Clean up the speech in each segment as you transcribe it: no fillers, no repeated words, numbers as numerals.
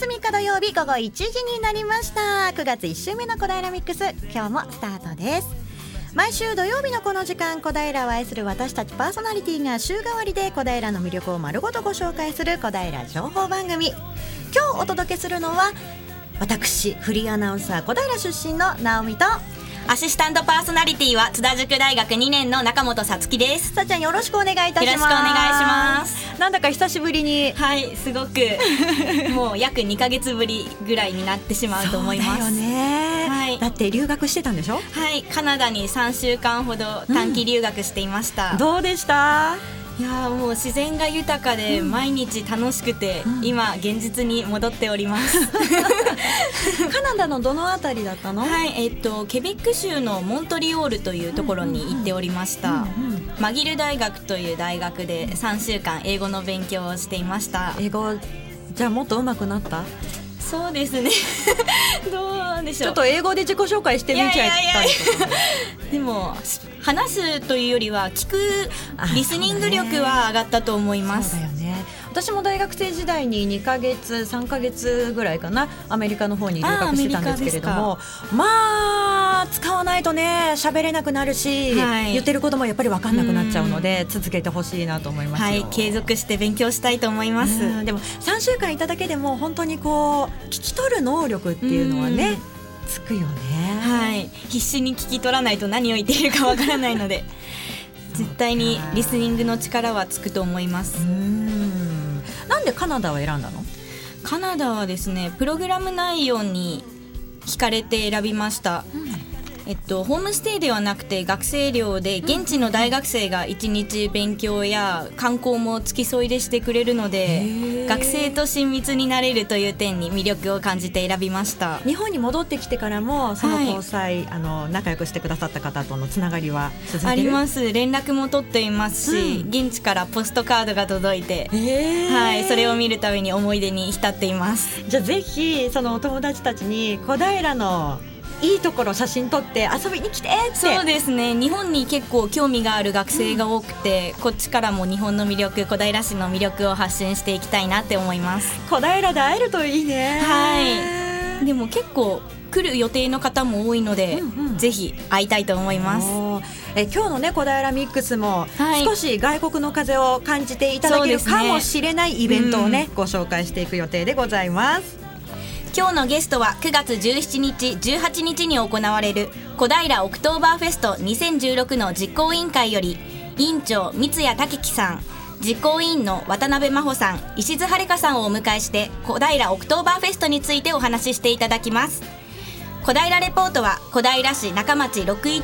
月3日土曜日午後1時になりました。9月1週目の小平ミックス、今日もスタートです。毎週土曜日のこの時間、小平を愛する私たちパーソナリティが週替わりで小平の魅力を丸ごとご紹介する小平情報番組。今日お届けするのは私フリーアナウンサー小平出身の直美と、 アシスタントパーソナリティは津田塾大学2年の中本さつきです。 さっちゃんよろしくお願いいたします。 よろしくお願いします。 なんだか久しぶりに、 はい、すごくもう約2ヶ月ぶりぐらいになってしまうと思います。 そうだよね、 はい、 だって留学してたんでしょ。 はい、カナダに3週間ほど短期留学していました、 どうでした？ いやもう自然が豊かで毎日楽しくて、今現実に戻っておりますカナダのどのあたりだったの？ はい、ケベック州のモントリオールというところに行っておりました、マギル大学という大学で3週間英語の勉強をしていました。 英語じゃあもっと上手くなった？ そうですねどうでしょう。 ちょっと英語で自己紹介してみちゃったりとか。 でも話すというよりは聞くリスニング力は上がったと思います。 そうだよね。私も大学生時代に2ヶ月3ヶ月ぐらいかな、アメリカの方に留学してたんですけれども、まあ使わないとね喋れなくなるし、はい、言ってることもやっぱり分かんなくなっちゃうので、続けてほしいなと思いますよ。 はい、継続して勉強したいと思います。 でも3週間いただけでも本当にこう聞き取る能力っていうのはね、つくよね。 はい、必死に聞き取らないと何を言っているかわからないので絶対にリスニングの力はつくと思います。 なんでカナダを選んだの？ カナダはですね、プログラム内容に惹かれて選びました、ホームステイではなくて学生寮で現地の大学生が1日勉強や観光も付き添いでしてくれるので、学生と親密になれるという点に魅力を感じて選びました。 日本に戻ってきてからもその交際、仲良くしてくださった方とのつながりは続いてる？ あります。連絡も取っていますし、現地からポストカードが届いて、はい、それを見るたびに思い出に浸っています。 じゃあぜひそのお友達たちに小平のいいところ写真撮って遊びに来てって。 そうですね、日本に結構興味がある学生が多くて、こっちからも日本の魅力、小平市の魅力を発信していきたいなって思います。 小平で会えるといいね。 はい、でも結構来る予定の方も多いので、ぜひ会いたいと思います。 今日のね小平ミックスも少し外国の風を感じていただけるかもしれないイベントをね、ご紹介していく予定でございます。 今日のゲストは9月17日18日に行われる小平オクトーバーフェスト2016の実行委員会より、委員長三谷武樹さん、実行委員の渡辺真帆さん、石津晴香さんをお迎えして小平オクトーバーフェストについてお話ししていただきます。小平レポートは小平市中町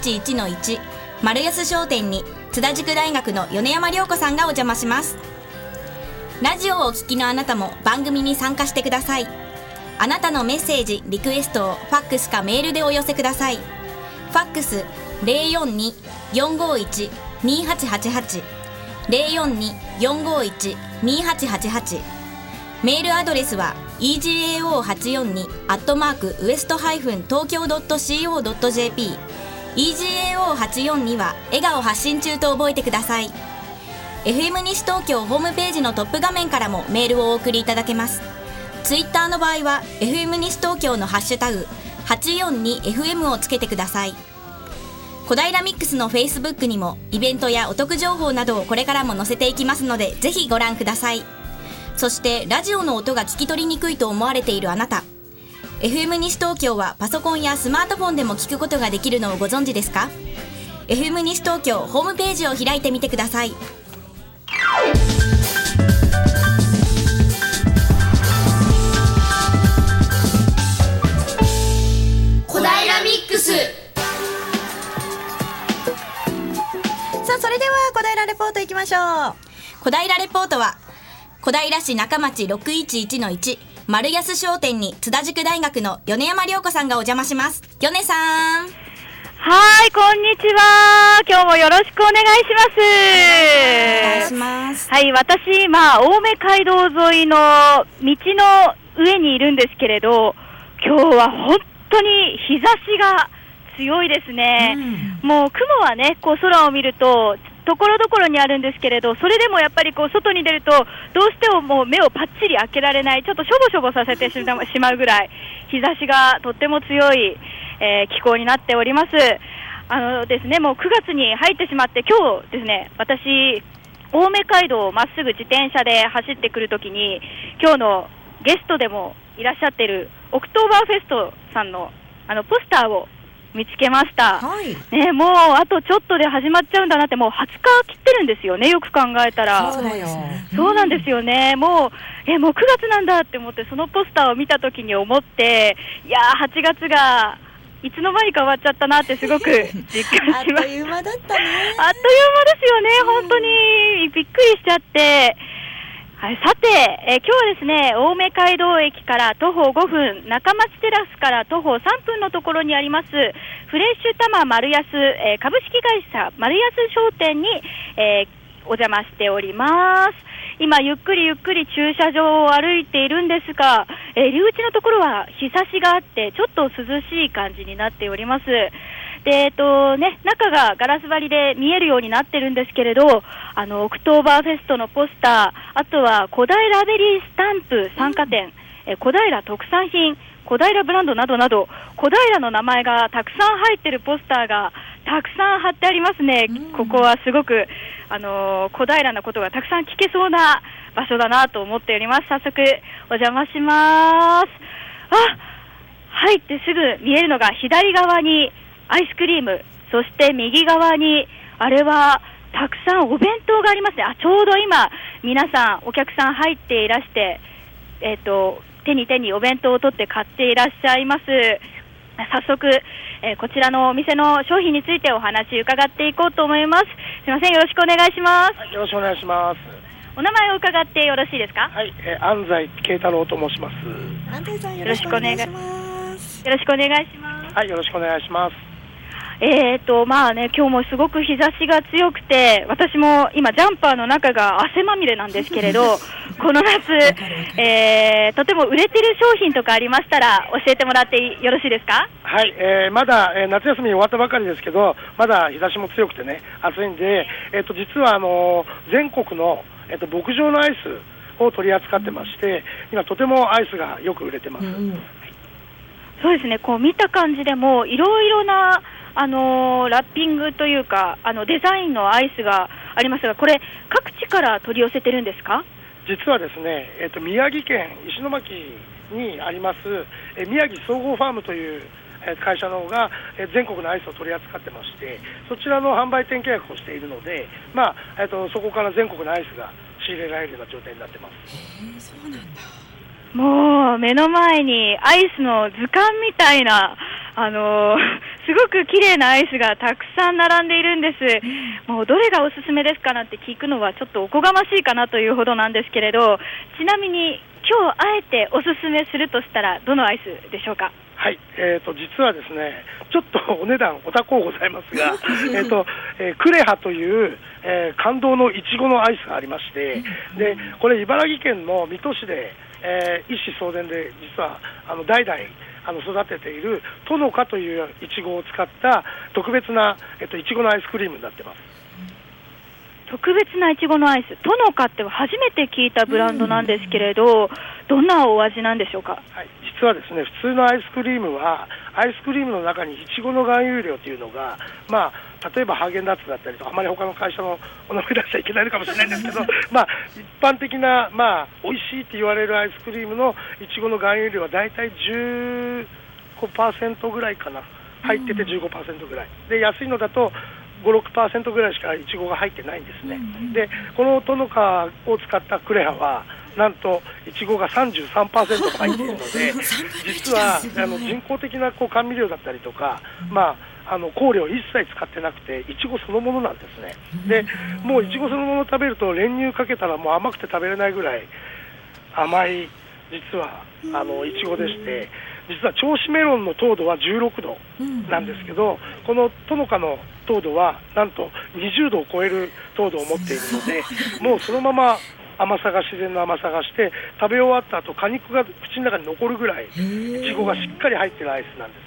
611-1 丸安商店に津田塾大学の米山涼子さんがお邪魔します。ラジオをお聞きのあなたも番組に参加してください。あなたのメッセージ、リクエストをファックスかメールでお寄せください。ファックス 042-451-2888 042-451-2888、 メールアドレスは egao842@west-tokyo.co.jp egao842 は笑顔発信中と覚えてください。 FM 西東京ホームページのトップ画面からもメールをお送りいただけます。ツイッターの場合は FM 西東京のハッシュタグ 842FM をつけてください。小平ミックスの Facebook にもイベントやお得情報などをこれからも載せていきますので、ぜひご覧ください。そしてラジオの音が聞き取りにくいと思われているあなた、 FM 西東京はパソコンやスマートフォンでも聞くことができるのをご存知ですか？ FM 西東京ホームページを開いてみてください。 小平ミックス。さあそれでは小平レポートいきましょう。 小平レポートは小平市中町 611-1 丸安商店に津田塾大学の米山涼子さんがお邪魔します。米さん。 はい、こんにちは。今日もよろしくお願いします。 お願いします。 はい、私今青梅街道沿いの道の上にいるんですけれど、今日は本当に日差しが強いですね、もう雲はねこう空を見るとところどころにあるんですけれど、それでもやっぱりこう外に出るとどうしてももう目をパッチリ開けられない、ちょっとしょぼしょぼさせてしまうぐらい日差しがとっても強い、気候になっております。ですね、もう9月に入ってしまって、今日ですね、私青梅街道をまっすぐ自転車で走ってくるときに、今日のゲストでもいらっしゃっているオクトーバーフェストさんのポスターを見つけました、ね、もうあとちょっとで始まっちゃうんだなって、もう20日切ってるんですよね、よく考えたら。そうなんですよね。もう9月なんだって思って、そのポスターを見たときに思って、いやー、8月がいつの間にか終わっちゃったなってすごく実感します。 あっという間だったね。 あっという間ですよね、本当にびっくりしちゃって。はい、さて、今日はですね、青梅街道駅から徒歩5分、中町テラスから徒歩3分のところにありますフレッシュタマ丸安、株式会社丸安商店に、お邪魔しております。今ゆっくりゆっくり駐車場を歩いているんですが、入り口のところは日差しがあってちょっと涼しい感じになっております。で、中がガラス張りで見えるようになってるんですけれど、オクトーバーフェストのポスター、あとは小平ベリースタンプ参加店、小平特産品、小平ブランドなどなど、小平の名前がたくさん入ってるポスターがたくさん貼ってありますね。ここはすごく、小平のことがたくさん聞けそうな場所だなと思っております。早速お邪魔します。入ってすぐ見えるのが左側にアイスクリーム、そして右側にあれはたくさんお弁当がありますね。ちょうど今皆さんお客さん入っていらして、手にお弁当を取って買っていらっしゃいます。早速、こちらのお店の商品についてお話伺っていこうと思います。すみません、よろしくお願いします。 はい、よろしくお願いします。 お名前を伺ってよろしいですか？ はい、安西慶太郎と申します。 安西さん、よろしくお願いします。 よろしくお願いします。 はい、よろしくお願いします。 まあね、今日もすごく日差しが強くて、私も今ジャンパーの中が汗まみれなんですけれどこの夏、とても売れてる商品とかありましたら教えてもらってよろしいですか？ はい、まだ、夏休み終わったばかりですけど、まだ日差しも強くてね、暑いんで、実は全国の、牧場のアイスを取り扱ってまして、今とてもアイスがよく売れてます。 そうですね、こう見た感じでもいろいろなラッピングというかデザインのアイスがありますが、これ各地から取り寄せてるんですか？ 実はですね、宮城県石巻にあります、宮城総合ファームという会社の方が全国のアイスを取り扱ってまして、そちらの販売店契約をしているので、そこから全国のアイスが仕入れられるような状態になってます。 そうなんだ。 もう目の前にアイスの図鑑みたいなすごく綺麗なアイスがたくさん並んでいるんです。もうどれがおすすめですかなんて聞くのはちょっとおこがましいかなというほどなんですけれど、ちなみに今日あえておすすめするとしたらどのアイスでしょうか？ はい、実はですね、ちょっとお値段お高うございますがクレハという、感動のいちごのアイスがありまして、でこれ茨城県の水戸市で、一子相伝で実は代々育てているトノカといういちごを使った特別な、いちごのアイスクリームになってます。 特別ないちごのアイス、トノカって初めて聞いたブランドなんですけれど、どんなお味なんでしょうか？ はい、実はですね、普通のアイスクリームはアイスクリームの中にいちごの含有量というのが、例えばハーゲンダッツだったりと、あまり他の会社のお名前出しちゃいけないのかもしれないんですけど一般的な、美味しいって言われるアイスクリームのいちごの含有量はだいたい 15% ぐらいかな、入ってて 15% ぐらいで、安いのだと5、6% ぐらいしかイチゴが入ってないんですね。でこのトノカを使ったクレハはなんとイチゴが 33% 入っているので実は人工的な甘味料だったりとか、香料一切使ってなくてイチゴそのものなんですね。でもうイチゴそのものを食べると練乳かけたらもう甘くて食べれないぐらい甘い実はイチゴでして、実は銚子メロンの糖度は16度なんですけど、このトノカの糖度はなんと20度を超える糖度を持っているのでもうそのまま甘さが自然の甘さがして食べ終わった後果肉が口の中に残るぐらいイチゴがしっかり入っているアイスなんですね。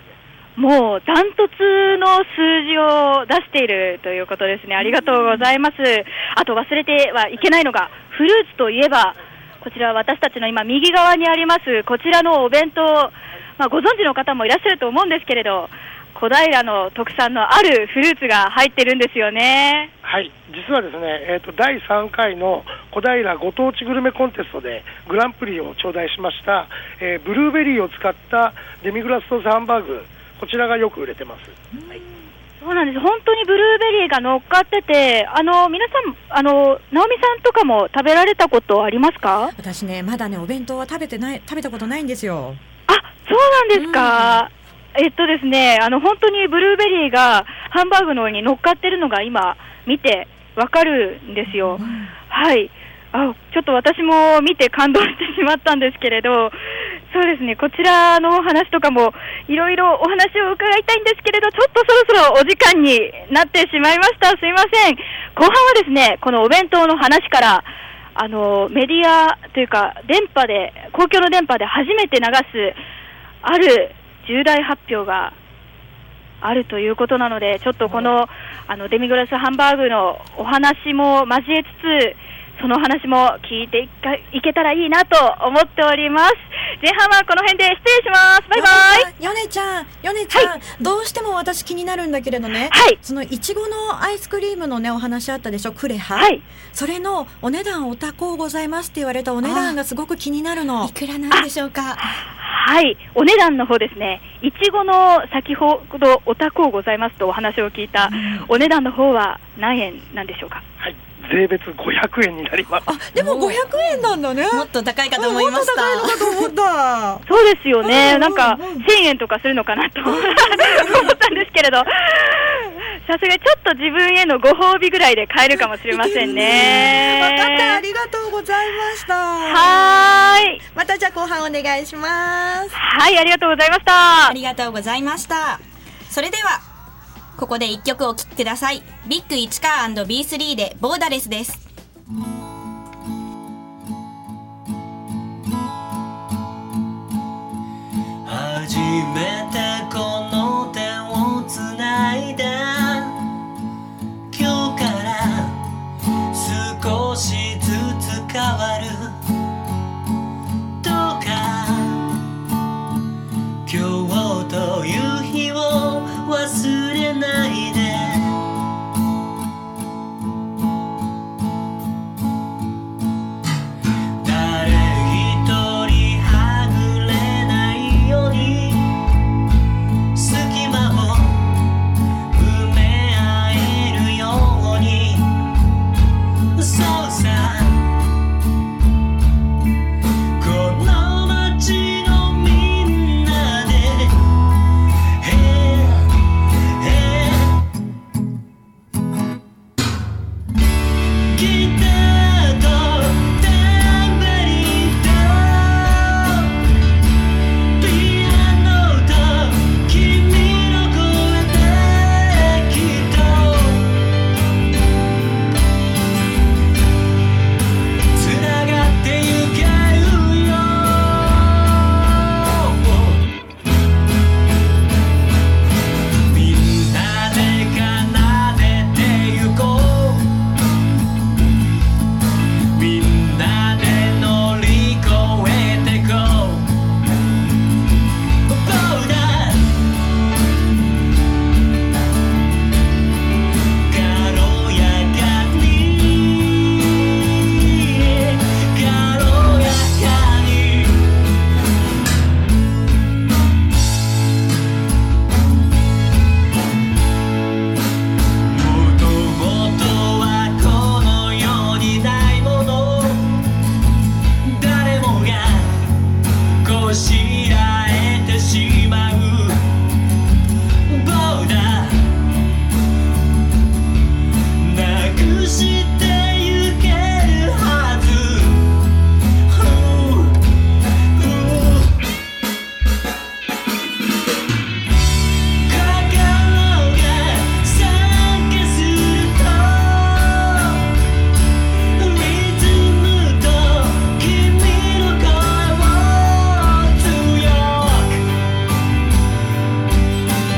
もうダントツの数字を出しているということですね。ありがとうございます。あと忘れてはいけないのが、フルーツといえばこちら私たちの今右側にありますこちらのお弁当、ご存知の方もいらっしゃると思うんですけれど、小平の特産のあるフルーツが入ってるんですよね。 はい、実はですね、第3回の小平ご当地グルメコンテストでグランプリを頂戴しました、ブルーベリーを使ったデミグラスソースハンバーグ、こちらがよく売れてます。はい、 そうなんです。本当にブルーベリーが乗っかってて、皆さん直美さんとかも食べられたことありますか？ 私ね、まだねお弁当は食べたことないんですよ。 あ、そうなんですか。ですね、本当にブルーベリーがハンバーグの上に乗っかってるのが今見てわかるんですよ。はい。ちょっと私も見て感動してしまったんですけれど、そうですね、こちらのお話とかもいろいろお話を伺いたいんですけれど、ちょっとそろそろお時間になってしまいました。すいません。後半はですね、このお弁当の話からメディアというか公共の電波で初めて流すある重大発表があるということなので、ちょっとこのデミグラスハンバーグのお話も交えつつ、その話も聞いていけたらいいなと思っております。前半はこの辺で失礼します。バイバイ。 ヨネちゃん、はい、どうしても私気になるんだけれどね、 はい、 そのいちごのアイスクリームのねお話あったでしょ、クレハ、 はい、 それのお値段お高うございますって言われたお値段がすごく気になるの。いくらなんでしょうか？ はい、お値段の方ですね、いちごの先ほどお高うございますとお話を聞いた、お値段の方は何円なんでしょうか？ はい、税別500円になります。 でも500円なんだね。 もっと高いかと思いました。 もっと高いのかと思った。 そうですよね、なんか1000円とかするのかなと思ったんですけれど、さすがにちょっと自分へのご褒美ぐらいで買えるかもしれませんね。 分かった、ありがとうございました。 はい、 またじゃあ後半お願いします。 はい、ありがとうございました。 ありがとうございました。それではここで1曲お聴きください。ビッグ市川&B3でボーダレスです。 初めてこの手をつないだ今日から少しずつ変わる。どうか今日という日を忘れないで。誰一人はぐれないように隙間を埋め合えるように。そうさ、この街のみんなでギターとタンバリンとピアノと君の声できっとつながってゆけるよ。みんなで奏でてゆこう。みんなで乗り越えてこう。ボーダー軽やかに軽やかに。もともとはこの世にないもの。誰もがこしらえてしまう。ボーダーなくしてゆけるはず。心が参加するとリズムと君の声を強く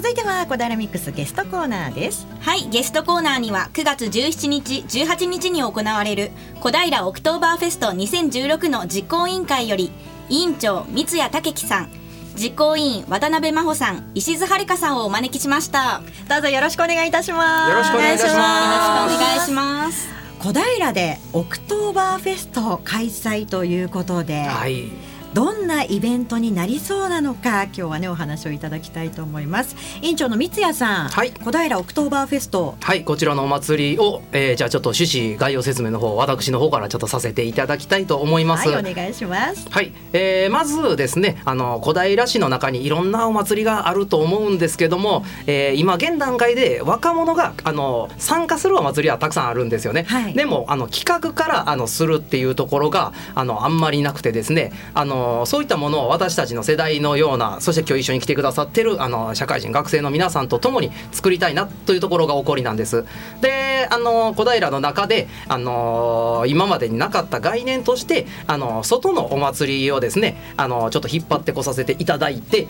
続いては小平ミックスゲストコーナーです。 はい、ゲストコーナーには9月17日18日に行われる小平オクトーバーフェスト2016の実行委員会より委員長三谷武樹さん、実行委員渡辺真帆さん、石津遥さんをお招きしました。 どうぞよろしくお願いいたします。 よろしくお願いいたします。 よろしくお願いします。 小平でオクトーバーフェスト開催ということで、 はい、 どんなイベントになりそうなのか今日はねお話をいただきたいと思います。委員長の三谷さん、 はい、 小平オクトーバーフェスト、 はい、こちらのお祭りを、じゃあちょっと趣旨概要説明の方私の方からちょっとさせていただきたいと思います。 はい、お願いします。 はい、まずですね、小平市の中にいろんなお祭りがあると思うんですけども、今現段階で若者が参加するお祭りはたくさんあるんですよね。 はい、 でも企画からするっていうところがあんまりなくてですね、そういったものを私たちの世代のような、そして今日一緒に来てくださってる社会人学生の皆さんと共に作りたいなというところが起こりなんです。で小平の中で、今までになかった概念として外のお祭りをですねちょっと引っ張ってこさせていただいて、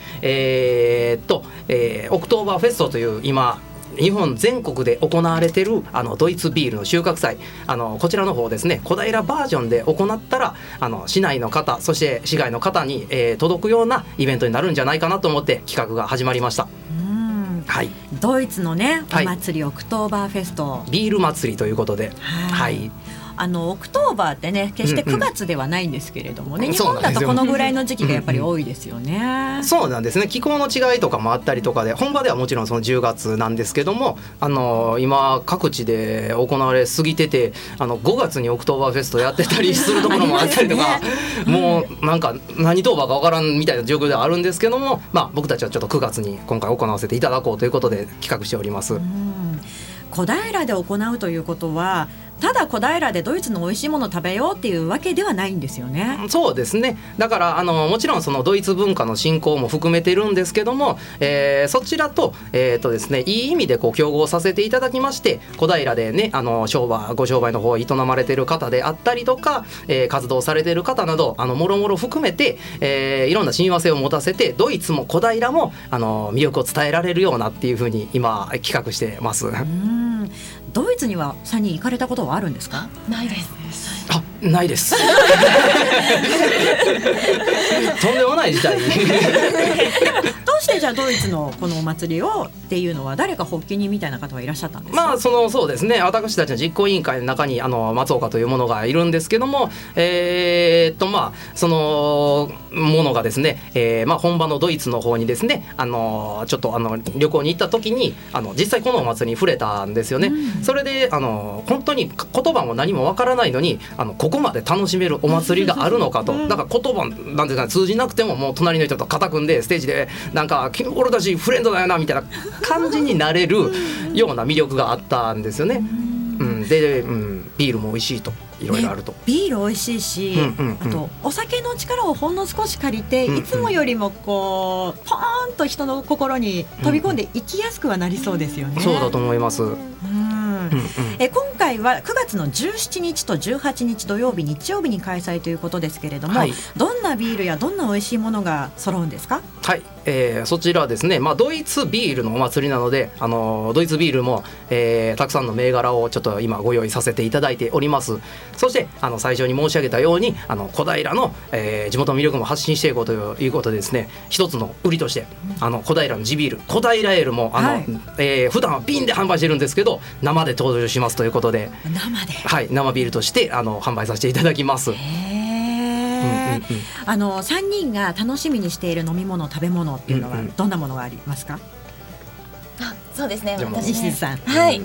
オクトーバーフェストという今日本全国で行われているドイツビールの収穫祭、こちらの方ですね、小平バージョンで行ったら市内の方、そして市外の方に、届くようなイベントになるんじゃないかなと思って企画が始まりました。はい、 ドイツのねお祭り、オクトーバーフェスト、 ビール祭りということで、はい、 オクトーバーってね決して9月ではないんですけれどもね、日本だとこのぐらいの時期がやっぱり多いですよね。 そうなんですね。気候の違いとかもあったりとかで、本場ではもちろんその10月なんですけども、今各地で行われすぎてて5月にオクトーバーフェストやってたりするところもあったりとかもうなんか何トーバーか分からんみたいな状況ではあるんですけども、僕たちはちょっと9月に今回行わせていただこうということで企画しております。 小平で行うということは、ただ小平でドイツの美味しいものを食べようっていうわけではないんですよね。 そうですね。だからもちろんそのドイツ文化の振興も含めてるんですけども、そちらと、ですね、いい意味で競合させていただきまして、小平でねご商売の方を営まれている方であったりとか、活動されている方などもろもろ含めて、いろんな親和性を持たせて、ドイツも小平も魅力を伝えられるようなっていうふうに今企画してます。 ドイツには3人行かれたことはあるんですか？ ないです。 ないですとんでもない事態どうしてじゃあドイツのこのお祭りをっていうのは誰か発起人みたいな方はいらっしゃったんですか？ そうですね、私たちの実行委員会の中に松岡というものがいるんですけども、そのものがですね、本場のドイツの方にですねちょっと旅行に行った時に実際このお祭りに触れたんですよね。それで本当に言葉も何もわからないのにここまで楽しめるお祭りがあるのかと。だから言葉なんていうか通じなくても、もう隣の人と肩組んでステージでなんか俺たちフレンドだよなみたいな感じになれるような魅力があったんですよね。で、ビールも美味しいと、いろいろあると、 ビール美味しいし、あとお酒の力をほんの少し借りて、いつもよりもこうポーンと人の心に飛び込んでいきやすくはなりそうですよね。 そうだと思います。 今回は9月の17日と18日土曜日日曜日に開催ということですけれども、どんなビールやどんな美味しいものが揃うんですか？ はい、そちらはですね、ドイツビールのお祭りなのでドイツビールも、たくさんの銘柄をちょっと今ご用意させていただいております。そして最初に申し上げたように小平の、地元の魅力も発信していこうということでですね、一つの売りとして小平の地ビール小平エールも普段は瓶で販売してるんですけど生で登場しますということで、生ビールとして販売させていただきます。 3人が楽しみにしている飲み物食べ物っていうのはどんなものがありますか？ そうですね、私石井さん、 小平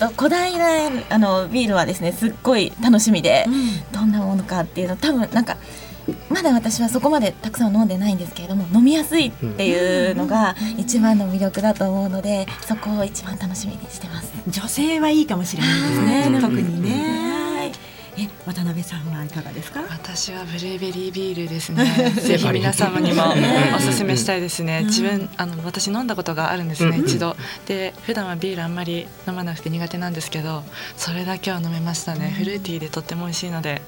ビールはですねすっごい楽しみで、どんなものかっていうの多分なんかまだ私はそこまでたくさん飲んでないんですけれども、飲みやすいっていうのが一番の魅力だと思うので、そこを一番楽しみにしてます。 女性はいいかもしれないですね、特にね。渡辺さんはいかがですか？ 私はブルーベリービールですねぜひ皆様にもおすすめしたいですね。私飲んだことがあるんですね、一度で。普段はビールあんまり飲まなくて苦手なんですけど、それだけは飲めましたね。フルーティーでとっても美味しいので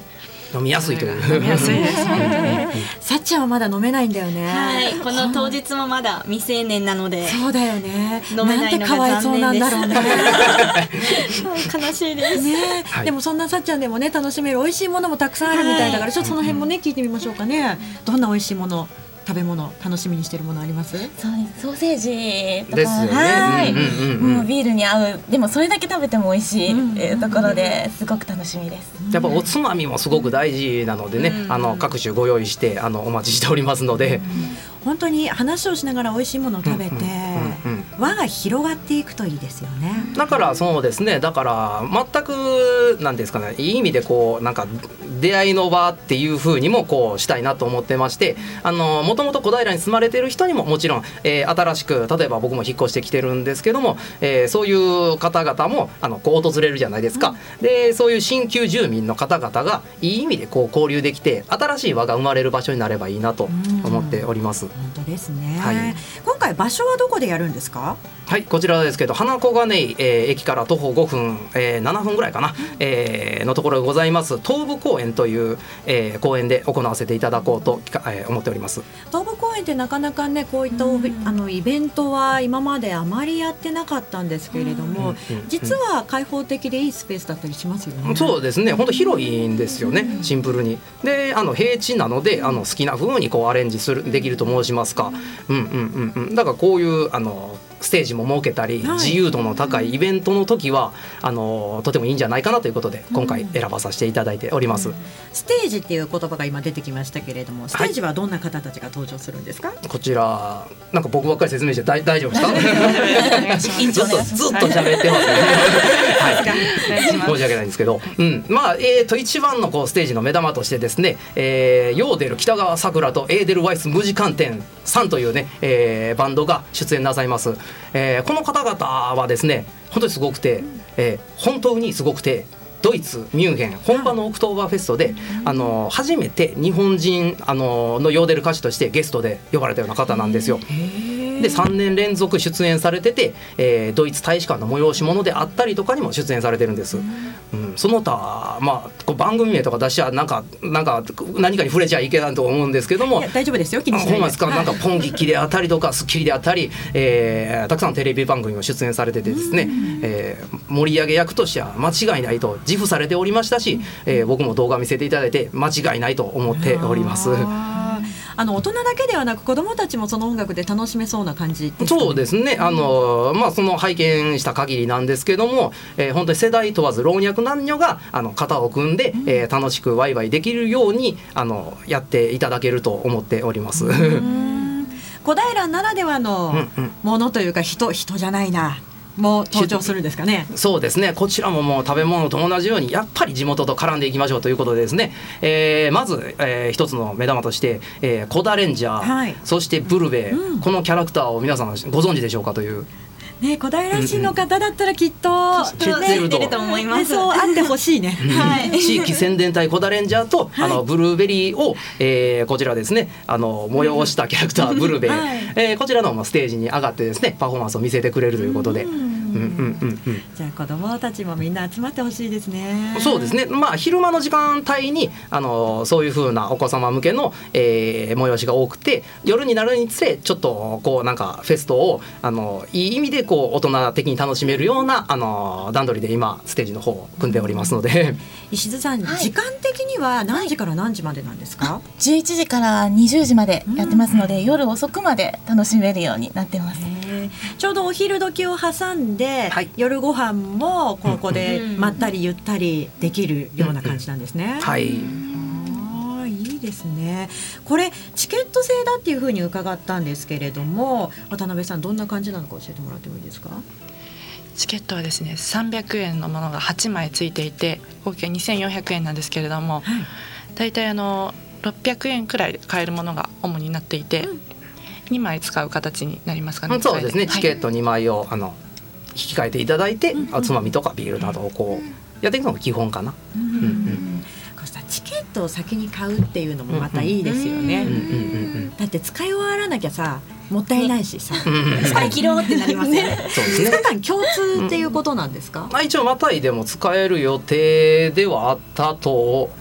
飲みやすいという飲みやすいです本当に。 さっちゃんはまだ飲めないんだよね。 はい、この当日もまだ未成年なのでそうだよね。 飲めないのがなんてかわいそうなんだろうね。 悲しいです。 ね、 はい、 でもそんなさっちゃんでもね楽しめる美味しいものもたくさんあるみたいだから、ちょっとその辺もね聞いてみましょうかね。どんな美味しいもの、食べ物楽しみにしてるものあります？ そうです、ソーセージとかですよね。 はい、 うんうんうんうん、 もうビールに合う、でもそれだけ食べても美味しいっていうところですごく楽しみです。 やっぱおつまみもすごく大事なのでね、各種ご用意してお待ちしておりますので、 本当に話をしながら美味しいものを食べて、輪が広がっていくといいですよね。 だからそうですね、だから全くなんですかね、いい意味でこうなんか出会いの場っていう風にもこうしたいなと思ってまして、もともと小平に住まれている人にももちろん、新しく例えば僕も引っ越してきてるんですけども、そういう方々もこう訪れるじゃないですか、でそういう新旧住民の方々がいい意味でこう交流できて新しい輪が生まれる場所になればいいなと思っております。 本当ですね、 はい、 今回場所はどこでやるんですか？ はい、こちらですけど花小金井、駅から徒歩5分、7分ぐらいかな、のところでございます東武公園という、公園で行わせていただこうと、思っております。 東武公園ってなかなかねこういったイベントは今まであまりやってなかったんですけれども、実は開放的でいいスペースだったりしますよね。 そうですね、本当広いんですよね、シンプルに。で平地なので好きな風にこうアレンジできると申しますか、だからこういうステージも設けたり、自由度の高いイベントの時はとてもいいんじゃないかなということで今回選ばさせていただいております。 ステージっていう言葉が今出てきましたけれども、ステージはどんな方たちが登場するんですか？こちらなんか僕ばっかり説明して大丈夫ですか？ずっと喋ってますね。申し訳ないんですけど、一番のこうステージの目玉としてですね、ヨーデル北川さくらとエーデルワイス無時間店さんというね、バンドが出演なさいます。この方々はですね本当にすごくて、本当にすごくて、ドイツミュンヘン本場のオクトーバーフェストで初めて日本人のヨーデル歌手としてゲストで呼ばれたような方なんですよ。で3年連続出演されてて、ドイツ大使館の催し物であったりとかにも出演されてるんです。その他、番組名とか出しちゃ何かに触れちゃいけないと思うんですけども、 大丈夫ですよ、気にしないで。 なんかポンキッキであったりとかスッキリであったり、たくさんのテレビ番組も出演されててですね、盛り上げ役としては間違いないと自負されておりましたし、僕も動画見せていただいて間違いないと思っております。 大人だけではなく子どもたちもその音楽で楽しめそうな感じですかね。 そうですね、その拝見した限りなんですけども、本当に世代問わず老若男女が肩を組んで、楽しくワイワイできるようにやっていただけると思っております。 小平ならではのものというか、人じゃないなもう登場するんですかね。 そうですね、こちらももう食べ物と同じようにやっぱり地元と絡んでいきましょうということでですね、まず、一つの目玉として、コダレンジャー、そしてブルベ、このキャラクターを皆さんご存知でしょうかという。 小平市の方だったらきっと知ってると思います。 そうあってほしいね。 地域宣伝隊コダレンジャーと、ブルーベリーを、こちらですね催したキャラクターブルーベリー、こちらのステージに上がってですねパフォーマンスを見せてくれるということで、 じゃあ子どもたちもみんな集まってほしいですね。 そうですね、昼間の時間帯にそういう風なお子様向けの、催しが多くて、夜になるにつれちょっとこうなんかフェストをいい意味でこう大人的に楽しめるような段取りで今ステージの方を組んでおりますので。 石津さん、時間的には何時から何時までなんですか ？11時から20時までやってますので、夜遅くまで楽しめるようになってます。 ちょうどお昼時を挟んで、夜ご飯もここでまったりゆったりできるような感じなんですね。 はい、 いいですね。これチケット制だっていうふうに伺ったんですけれども、渡辺さんどんな感じなのか教えてもらってもいいですか？ チケットはですね300円のものが8枚ついていて合計2400円なんですけれども、だいたい600円くらいで買えるものが主になっていて、2枚使う形になりますかね。 そうですね、チケット2枚を引き換えていただいて、おつまみとかビールなどをこうやっていくのが基本かな。 チケットを先に買うっていうのもまたいいですよね。だって使い終わらなきゃさもったいないしさ、 使い切ろうってなりますね。 そうですね。 2日間共通っていうことなんですか？ 一応またいでも使える予定ではあったと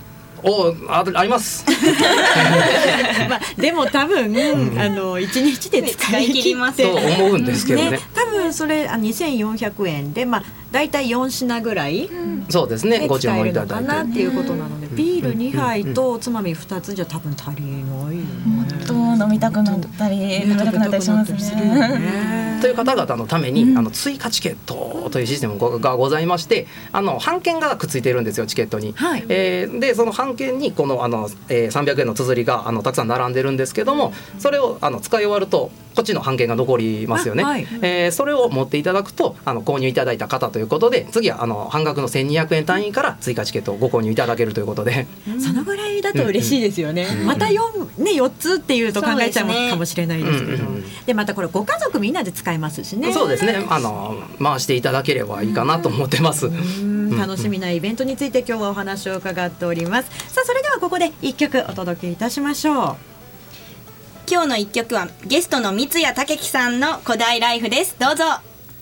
ありますまあ、でも多分、1日で使い切りますと思うんですけどね。 多分それ2400円で、まあ、だいたい4品ぐらい、 そうですね、ご注使え文いるのかなただいて。 っていうことなので、ビール2杯とおつまみ2つじゃ多分足りないよね。 飲みたくなったり食べたくなったりしますね。 という方々のために、追加チケットというシステムがございまして、半券がくっついているんですよ、チケットに。 はい、 でその半券にこの300円の綴りがたくさん並んでるんですけども、それを使い終わるとこっちの半券が残りますよね。 はい、 それを持っていただくと購入いただいた方ということで、次は半額の1200円単位から追加チケットをご購入いただけるということで、 そのぐらいだと嬉しいですよね。また 4つっていうと考えちゃうかもしれないですけど、でまたこれご家族みんなで使えますしね。 そうですね、回していただければいいかなと思ってます。 楽しみなイベントについて今日はお話を伺っております。さあそれではここで1曲お届けいたしましょう。 今日の1曲はゲストの三谷武樹さんの古代ライフです。どうぞ。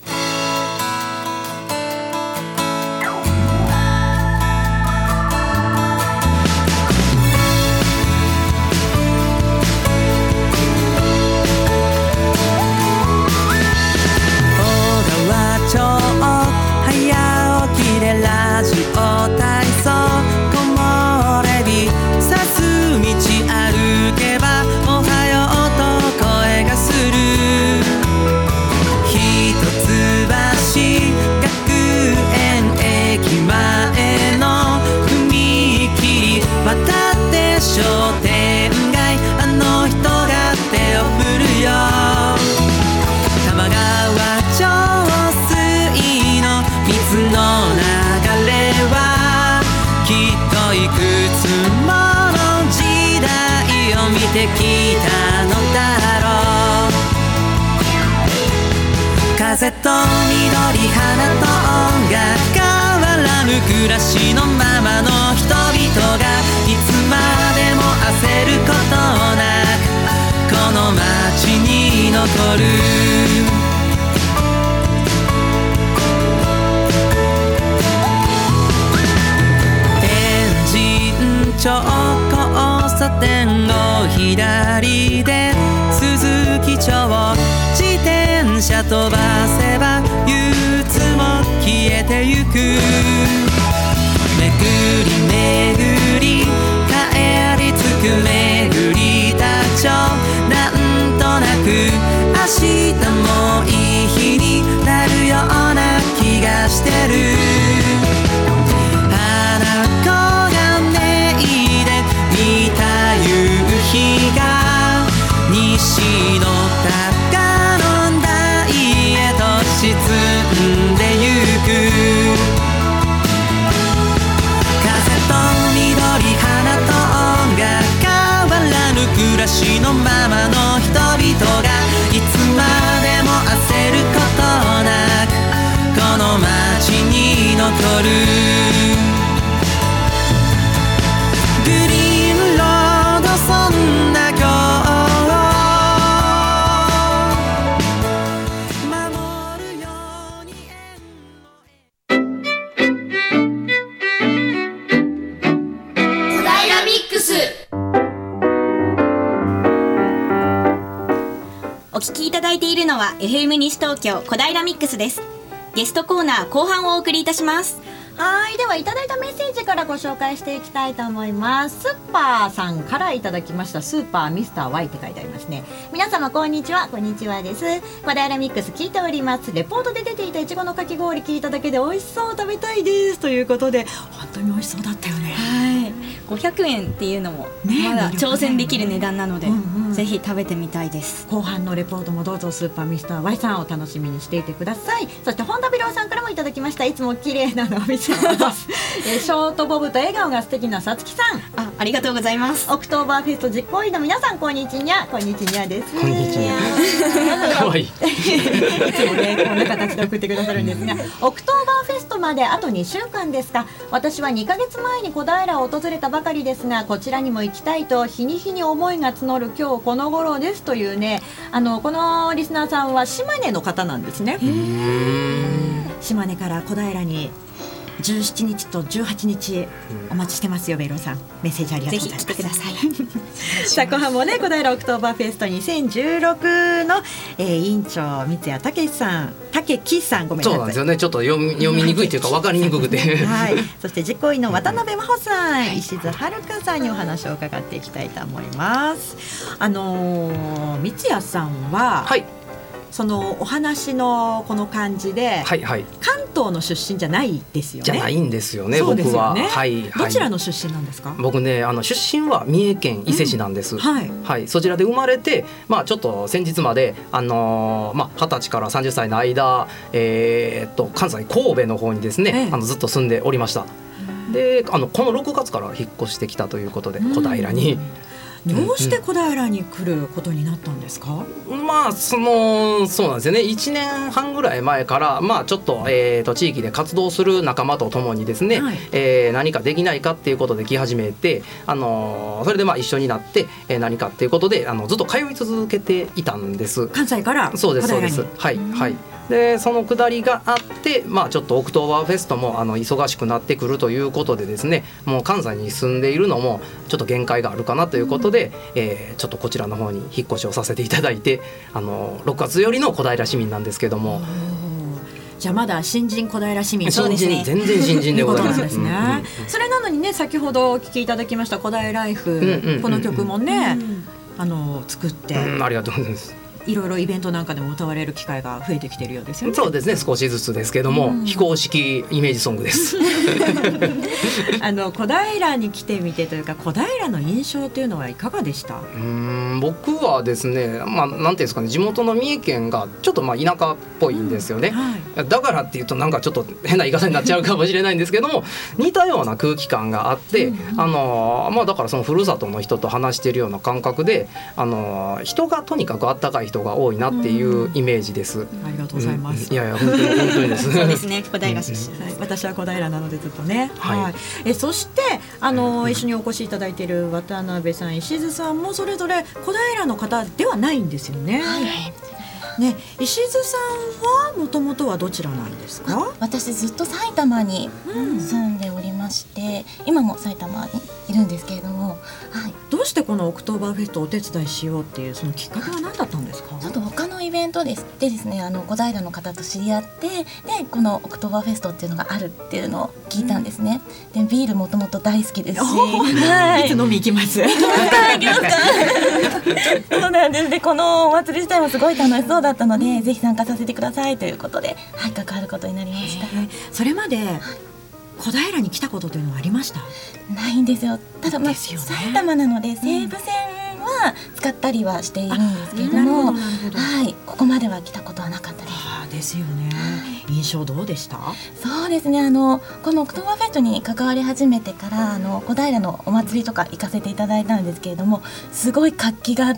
早起きでラジオ体操木漏れ日さす道歩けばおはようと声がする一橋学園駅前の踏切渡って商店街あの人が手を振るよ玉川水の流れはきっといくつもの時代を見てきたのだろう風と緑花と音楽変わらぬ暮らしのままの人々がいつまでも焦ることなくこの街に残る超交差点を左で鈴木町自転車飛ばせば憂鬱も消えてゆくめぐりめぐり帰り着くめぐりたちょなんとなく明日もいい日になるような気がしてる花子見た夕日が西の高の台へと沈んでゆく風と緑花と音楽変わらぬ暮らしのままの人々がいつまでも焦ることなくこの街に残るそんな今日守るように小平ミックスお聞きいただいているのは FM 西東京小平ミックスです。ゲストコーナー後半をお送りいたします。 はい、ではいただいたメッセージからご紹介していきたいと思います。スーパーさんからいただきました。スーパーミスター Y って書いてありますね。皆様こんにちは。こんにちはです。小平ミックス聞いております。レポートで出ていたいちごのかき氷聞いただけで美味しそう食べたいですということで、本当に美味しそうだったよね。 はい、500円っていうのもまだ挑戦できる値段なので、ぜひ食べてみたいです。 後半のレポートもどうぞスーパーミスター Y さんを楽しみにしていてください。そして本田ビローさんからもいただきました。いつも綺麗なのを見せますショートボブと笑顔が素敵なさつきさん、 ありがとうございます。 オクトーバーフェスト実行委員の皆さんこんにちは。こんにちはです。 こんにちは。かわいい。いつもねこんな形で送ってくださるんですが、オクトーバーフェストまであと2週間ですか。私は2ヶ月前に小平を訪れたばかりですが、こちらにも行きたいと日に日に思いが募る今日この頃ですというね、このリスナーさんは島根の方なんですね。島根から小平に 17日と18日お待ちしてますよ。ベイローさん、メッセージありがとうございます。 ぜひ来てください。 さあ後半もね、小平オクトーバーフェスト2016の、委員長三谷武樹さん、ごめんなさい。 そうなんですよね。ちょっと読みにくいというか分かりにくくてはい。そして実行委員の渡辺真帆さん、石津遥さんにお話を伺っていきたいと思います。三谷さんは、はい、そのお話のこの感じで、はいはい、関東の出身じゃないですよね。 じゃないんですよね。僕は、はいはい、 どちらの出身なんですか？ 僕ね、出身は三重県伊勢市なんです、はいはい、そちらで生まれて、ちょっと先日まで、20歳から30歳の間、関西神戸の方にですね、ずっと住んでおりました。でこの6月から引っ越してきたということで、小平に。 どうして小平に来ることになったんですか？ そうなんですよね。1年半ぐらい前から、ちょっと、地域で活動する仲間とともにですね、はい、何かできないかっていうことで来始めて、それで一緒になって、何かっていうことでずっと通い続けていたんです。 関西から小平に。 そうですそうです。はいはい。でその下りがあって、ちょっとオクトーバーフェストも忙しくなってくるということでですね、もう関西に住んでいるのもちょっと限界があるかなということで、ちょっとこちらの方に引っ越しをさせていただいて、6月よりの小平市民なんですけども。 じゃあまだ新人小平市民。 全然新人でございます。 ですね。それなのにね、先ほどお聞きいただきました小平ライフ、この曲もね、作って、 ありがとうございます。 いろいろイベントなんかでも歌われる機会が増えてきているようですよね。 そうですね、少しずつですけども、非公式イメージソングです小平に来てみてというか、小平の印象というのはいかがでした？ 僕はですね、なんていうんですかね、地元の三重県がちょっと田舎っぽいんですよね、はい、だからっていうとなんかちょっと変な言い方になっちゃうかもしれないんですけども、似たような空気感があって、だからそのふるさとの人と話しているような感覚で、人がとにかくあったかい人が多いなっていうイメージです。 ありがとうございます。 いやいや本当にですそうですね、小平出身、 私は小平なのでずっとね、はい、そして一緒にお越しいただいている渡辺さん、石津さんもそれぞれ小平の方ではないんですよね。はいね、石津さんはもともとはどちらなんですか？ 私ずっと埼玉に住んでおりまして、今も埼玉にいるんですけれども、はい、 どうしてこのオクトーバーフェストをお手伝いしようっていうそのきっかけは何だったんですか？ ちょっと他のイベントでですね、小平の方と知り合って、でこのオクトーバーフェストっていうのがあるっていうのを聞いたんですね。でビールもともと大好きですし、 はい、いつ飲み行きます？ 行きますかそうなんです。でこのお祭り自体もすごい楽しそうだったので、ぜひ参加させてくださいということで、はい、関わることになりました。 それまで小平に来たことというのはありました？ ないんですよ。ただ、埼玉なので西武線は使ったりはしているんですけれども、はい、ここまでは来たことはなかったです。 ですよね。印象どうでした？ そうですね、このオクトーバーフェストに関わり始めてから小平のお祭りとか行かせていただいたんですけれども、すごい活気があって、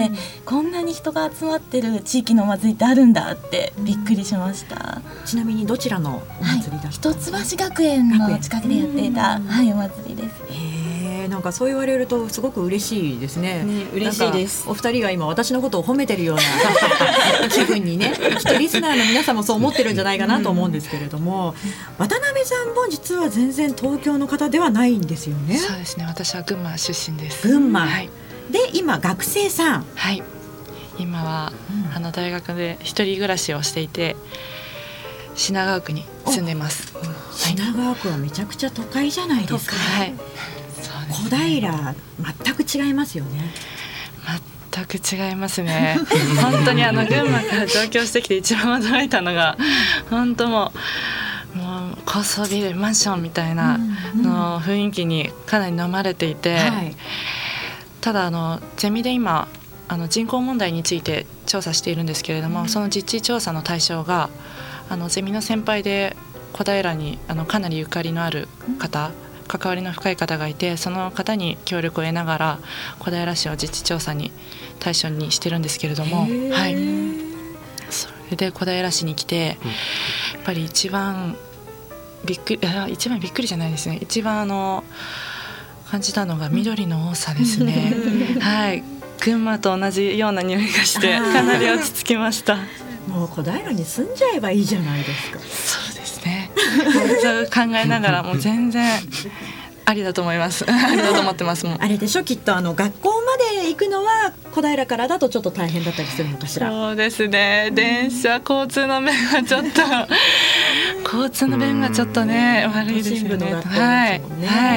こんなに人が集まってる地域のお祭りってあるんだってびっくりしました。 ちなみにどちらのお祭りだったんですか？ 一橋学園の近くでやっていた、はい、お祭りです。 なんかそう言われるとすごく嬉しいですね。 嬉しいです。 お二人が今私のことを褒めてるような気分にね、きっとリスナーの皆さんもそう思ってるんじゃないかなと思うんですけれども、渡辺さんも実は全然東京の方ではないんですよね。 そうですね、私は群馬出身です。 群馬、 はい、 で今学生さん。 はい、今は、大学で一人暮らしをしていて品川区に住んでます。 品川区はめちゃくちゃ都会じゃないですか。 はい、 小平全く違いますよね。 全く違いますね本当に群馬から上京してきて一番驚いたのが、本当もう高層ビルマンションみたいなの雰囲気にかなり飲まれていて、ただゼミで今人口問題について調査しているんですけれども、その実地調査の対象がゼミの先輩で小平にかなりゆかりのある方、関わりの深い方がいて、その方に協力を得ながら小平市を実地調査に対象にしてるんですけれども、はい、それで小平市に来て、やっぱり一番びっくりじゃないですね、一番感じたのが緑の多さですねはい、群馬と同じような匂いがしてかなり落ち着きました。 もう小平に住んじゃえばいいじゃないですか。 そうですねそう考えながらもう全然ありだと思いますありだと思ってますもん。 あれでしょ、きっと学校まで行くのは小平からだとちょっと大変だったりするのかしら。 そうですね、電車交通の便はちょっと交通の便はちょっとね悪いですよね。 はいはい、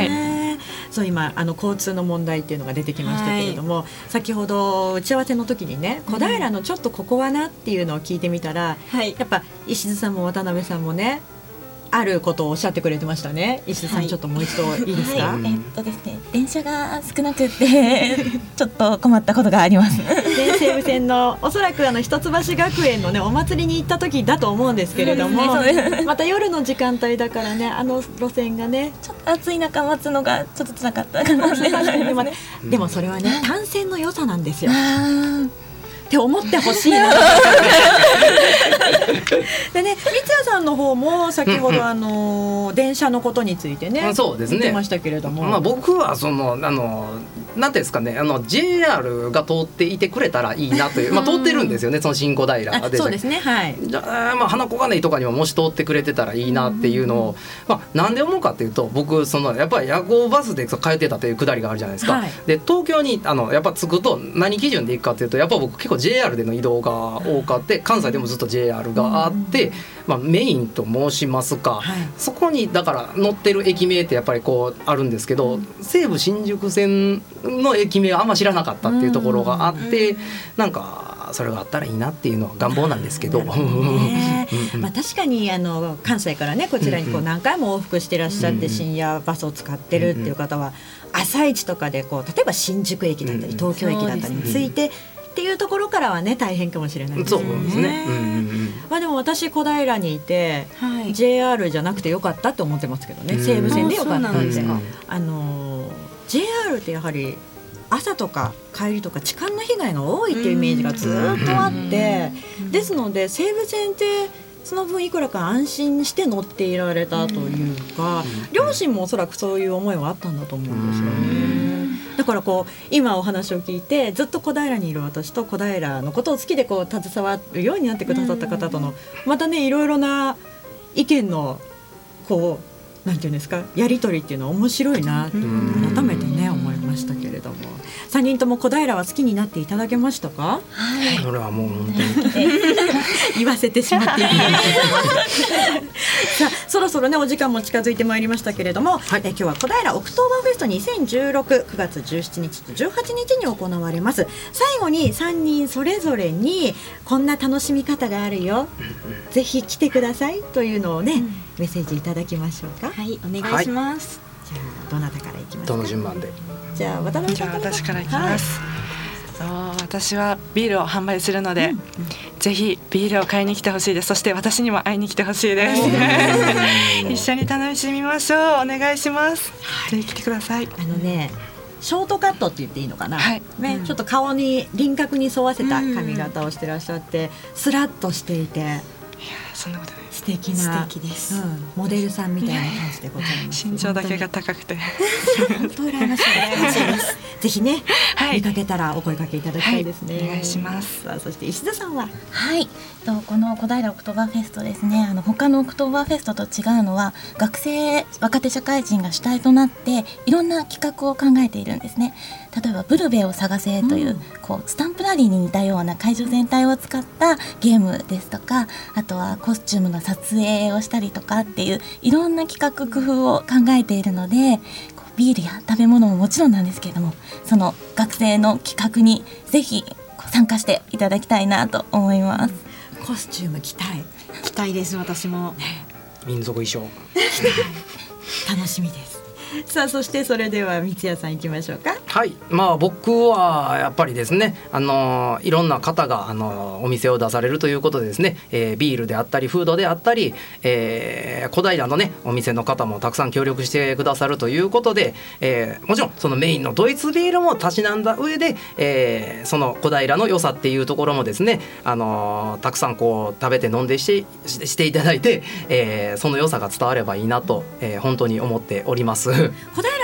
そう今交通の問題っていうのが出てきましたけれども、先ほど打ち合わせの時にね、小平のちょっとここはなっていうのを聞いてみたら、やっぱ石津さんも渡辺さんもねあることをおっしゃってくれてましたね。石津さん、ちょっともう一度いいですか。 ですね、電車が少なくてちょっと困ったことがあります。 西武線のおそらく一橋学園のねお祭りに行った時だと思うんですけれども、また夜の時間帯だからね、路線がねちょっと暑い中待つのがちょっと辛かったかな。 でもそれはね単線の良さなんですよって思ってほしいなでね、三谷さんの方も先ほど電車のことについてね、 そうですね、 言ってましたけれども、 僕はなんていうんですかね、JR が通っていてくれたらいいなという、通ってるんですよね、その新小平で。 そうですね、はい。 じゃあ、花小金井とかにももし通ってくれてたらいいなっていうのを、なんで思うかっていうと、僕やっぱり夜行バスで通ってたというくだりがあるじゃないですか。で東京にやっぱ着くと何基準で行くかっていうと、やっぱ僕結構 JR での移動が多かって、関西でもずっと JR があって、メインと申しますか、そこにだから乗ってる駅名ってやっぱりこうあるんですけど、西武新宿線の駅名はあんま知らなかったっていうところがあって、なんかそれがあったらいいなっていうのは願望なんですけど、 確かに関西からねこちらに何回も往復してらっしゃって、深夜バスを使ってるっていう方は、朝一とかで例えば新宿駅だったり東京駅だったりについてっていうところからはね大変かもしれないですね。 そうですね。 でも私小平にいて、JR じゃなくてよかったって思ってますけどね、西武線でよかったんで、JR ってやはり朝とか帰りとか痴漢の被害が多いっていうイメージがずっとあって、ですので西武線ってその分いくらか安心して乗っていられたというか、両親もおそらくそういう思いはあったんだと思うんですよね。だから今お話を聞いて、ずっと小平にいる私と小平のことを好きで携わるようになってくださった方とのまたねいろいろな意見のなんていうんですか、やり取りっていうのは面白いなって改めてね思いましたけれども、3人とも小平は好きになっていただけましたか。 それはもう本当に言わせてしまっていいさあそろそろねお時間も近づいてまいりましたけれども、今日は小平オクトーバーフェスト2016、9月17日と18日に行われます。最後に3人それぞれにこんな楽しみ方があるよ、ぜひ来てくださいというのをね、メッセージいただきましょうか。 はい、お願いします。 じゃあどなたからいきますか。 どの順番で。 じゃあ渡辺さんから。 私からいきます。私はビールを販売するので、ぜひビールを買いに来てほしいです。そして私にも会いに来てほしいです一緒に楽しみましょう。お願いします。ぜひ来てください。 ショートカットって言っていいのかな、ちょっと顔に輪郭に沿わせた髪型をしてらっしゃって、スラッとしていて、いやそんなことない、 素敵です、モデルさんみたいな感じでございます。 身長だけが高くて本当羨ましいですぜひね、見かけたらお声掛けいただきたいですね。 お願いします。 さあそして石田さんは。 この小平オクトーバーフェストですね、他のオクトーバーフェストと違うのは、学生若手社会人が主体となっていろんな企画を考えているんですね。例えばブルベを探せという、スタンプラリーに似たような会場全体を使ったゲームですとか、あとはコスチュームの撮影をしたりとかっていういろんな企画工夫を考えているので、ビールや食べ物ももちろんなんですけれども、その学生の企画にぜひ参加していただきたいなと思います。 コスチューム着たいです。私も、 民族衣装楽しみです。さあそしてそれでは三谷さん行きましょうか。 はい、僕はやっぱりですね、いろんな方がお店を出されるということでですね、ビールであったりフードであったり、小平のねお店の方もたくさん協力してくださるということで、もちろんそのメインのドイツビールもたしなんだ上で、その小平の良さっていうところもですね、たくさん食べて飲んでしていただいて、その良さが伝わればいいなと、本当に思っております。 小平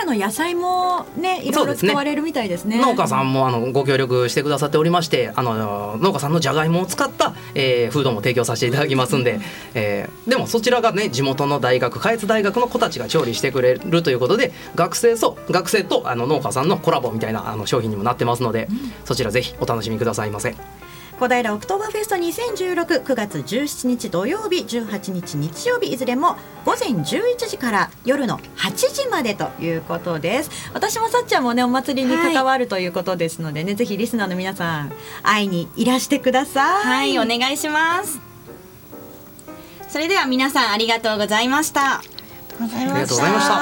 平の野菜もねいろいろ使われるみたいですね。 農家さんもご協力してくださっておりまして、農家さんのじゃがいもを使った、フードも提供させていただきますんで、でもそちらがね地元の大学、下越大学の子たちが調理してくれるということで、学生と農家さんのコラボみたいな商品にもなってますので、そちらぜひお楽しみくださいませ。 小平オクトーバーフェスト2016、9月17日土曜日、18日日曜日、いずれも午前11時から夜の8時までということです。私もさっちゃんもねお祭りに関わるということですのでね、ぜひリスナーの皆さん会いにいらしてください。 はい、お願いします。それでは皆さんありがとうございました。 ありがとうございました。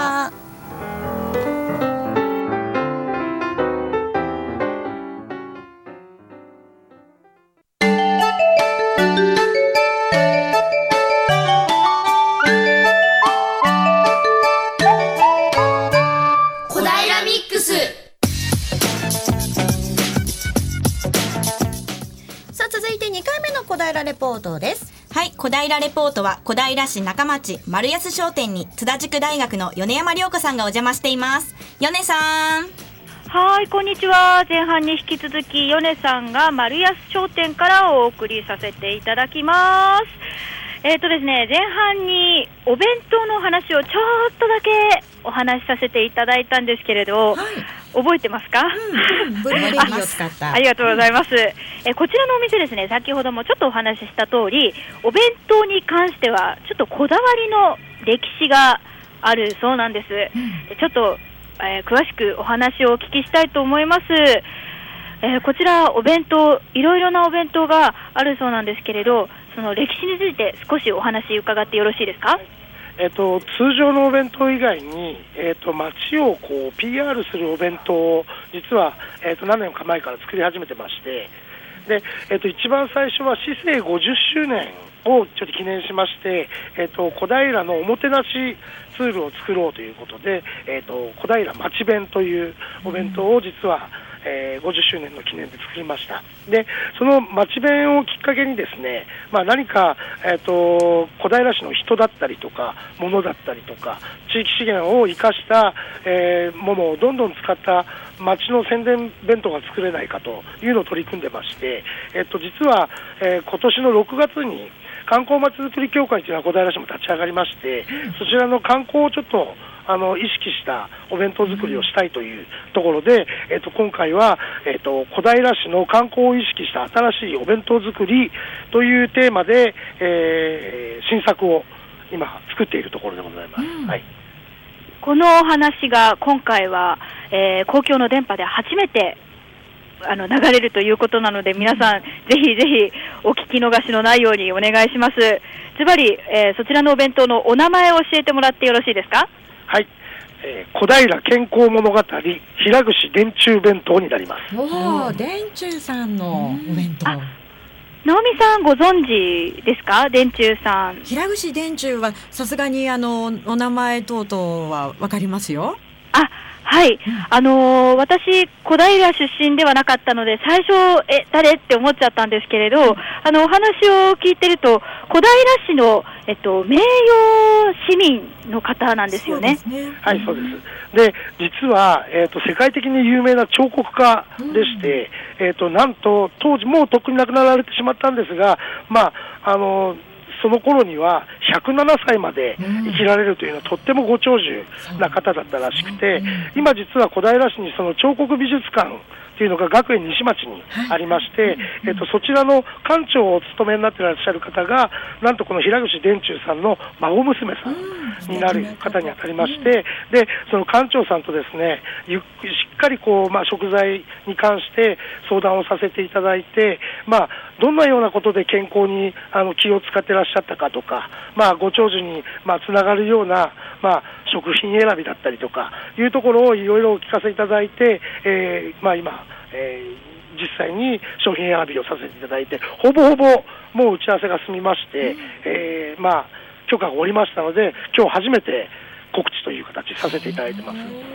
レポートです。 はい、小平レポートは小平市中町丸安商店に津田塾大学の米山涼子さんがお邪魔しています。米さん。 はい、こんにちは。前半に引き続き米さんが丸安商店からお送りさせていただきます。ですね、前半にお弁当の話をちょっとだけお話しさせていただいたんですけれど、覚えてますか？ ブルーベリーを使ったありがとうございます。こちらのお店ですね、先ほどもちょっとお話しした通り、お弁当に関してはちょっとこだわりの歴史があるそうなんです。ちょっと、詳しくお話をお聞きしたいと思います。こちらお弁当、いろいろなお弁当があるそうなんですけれど、その歴史について少しお話伺ってよろしいですか？ 通常のお弁当以外に、町をこう PR するお弁当を実は、何年か前から作り始めてまして、で、一番最初は市政50周年をちょっと記念しまして、小平のおもてなしツールを作ろうということで、小平町弁というお弁当を実は、50周年の記念で作りました。で、その町弁をきっかけにですね、何か、小平市の人だったりとか物だったりとか地域資源を生かした、ものをどんどん使った町の宣伝弁当が作れないかというのを取り組んでまして、実は、今年の6月に観光まちづくり協会というのは小平市も立ち上がりまして、そちらの観光をちょっと意識したお弁当作りをしたいというところで、今回は、小平市の観光を意識した新しいお弁当作りというテーマで、新作を今作っているところでございます。はい、 このお話が今回は、公共の電波で初めて流れるということなので、皆さんぜひぜひお聞き逃しのないようにお願いします。ズバリ、そちらのお弁当のお名前を教えてもらってよろしいですか？ はい、小平健康物語平串電柱弁当になります。 電柱さんのお弁当。 直美さんご存知ですか？電柱さん。 平串電柱はさすがにお名前等々はわかりますよ。 はい、私小平出身ではなかったので最初誰って思っちゃったんですけれど、お話を聞いてると小平市の、名誉市民の方なんですよね。 そうですね。はい、そうです。で、実は、世界的に有名な彫刻家でして、なんと当時もうとっくに亡くなられてしまったんですが、その頃には107歳まで生きられるというのはとってもご長寿な方だったらしくて、今実は小平市にその彫刻美術館というのが学園西町にありまして、そちらの館長をお務めになっていらっしゃる方がなんとこの平串電柱さんの孫娘さんになる方にあたりまして、でその館長さんとですねしっかり食材に関して相談をさせていただいて、どんなようなことで健康に気を使っていらっしゃったかとか、ご長寿につながるような、食品選びだったりとかいうところをいろいろお聞かせいただいて、今、実際に商品選びをさせていただいて、ほぼほぼもう打ち合わせが済みまして、許可が下りましたので、今日初めて告知という形させていただいてます。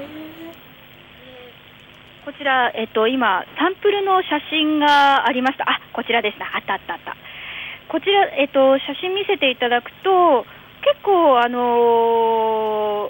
こちら、今サンプルの写真がありました。こちらですね。あった。こちら、写真見せていただくと結構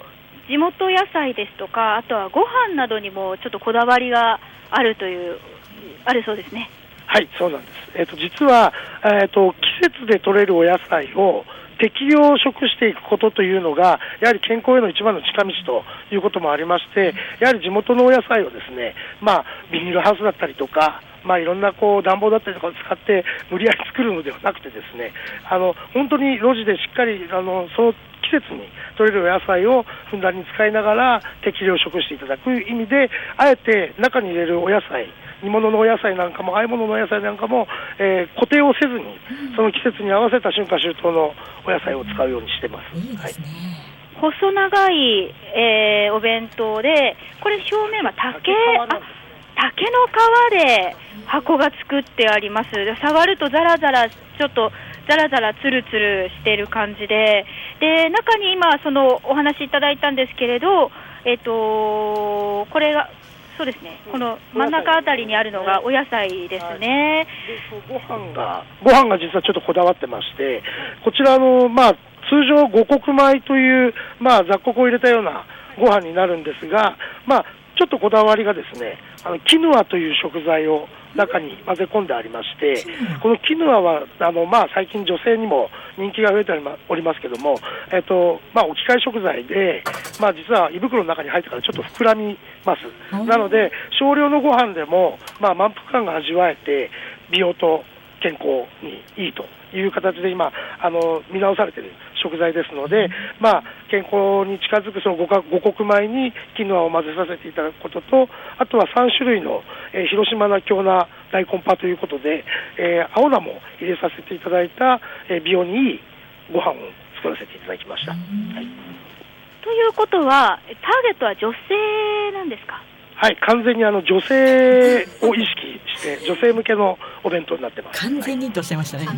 地元野菜ですとか、あとはご飯などにもちょっとこだわりがあるそうですね。 はい、そうなんです。実は、季節で採れるお野菜を適量食していくことというのがやはり健康への一番の近道ということもありまして、やはり地元のお野菜をですね、ビニールハウスだったりとか、いろんな暖房だったりとかを使って無理やり作るのではなくてですね、本当に路地でしっかりその季節に取れるお野菜をふんだんに使いながら適量食していただく意味で、あえて中に入れるお野菜、煮物のお野菜なんかも和え物のお野菜なんかも、固定をせずにその季節に合わせた春夏秋冬のお野菜を使うようにしてます。 いいですね。 細長い、お弁当で、これ表面は竹の皮で箱が作ってあります。触るとザラザラツルツルしている感じで、中に今そのお話いただいたんですけれど、これがそうですね、この真ん中あたりにあるのがお野菜ですね。 ご飯が実はちょっとこだわってまして、こちらの通常五穀米という雑穀を入れたようなご飯になるんですが、ちょっとこだわりがですね、キヌアという食材を中に混ぜ込んでありまして、このキヌアは最近女性にも人気が増えておりますけども、置き換え食材で、実は胃袋の中に入ってからちょっと膨らみます。なので少量のご飯でも、満腹感が味わえて美容と健康にいいという形で今見直されている食材ですので、健康に近づくその五穀米にキヌアを混ぜさせていただくことと、あとは3種類の、広島菜京菜大根パということで、青菜も入れさせていただいた、美容にいいご飯を作らせていただきました。はい、 ということはターゲットは女性なんですか？ はい、完全に女性を意識して女性向けのお弁当になってます。 完全にとおっしゃいましたね。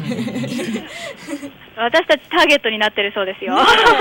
私たちターゲットになってるそうですよ。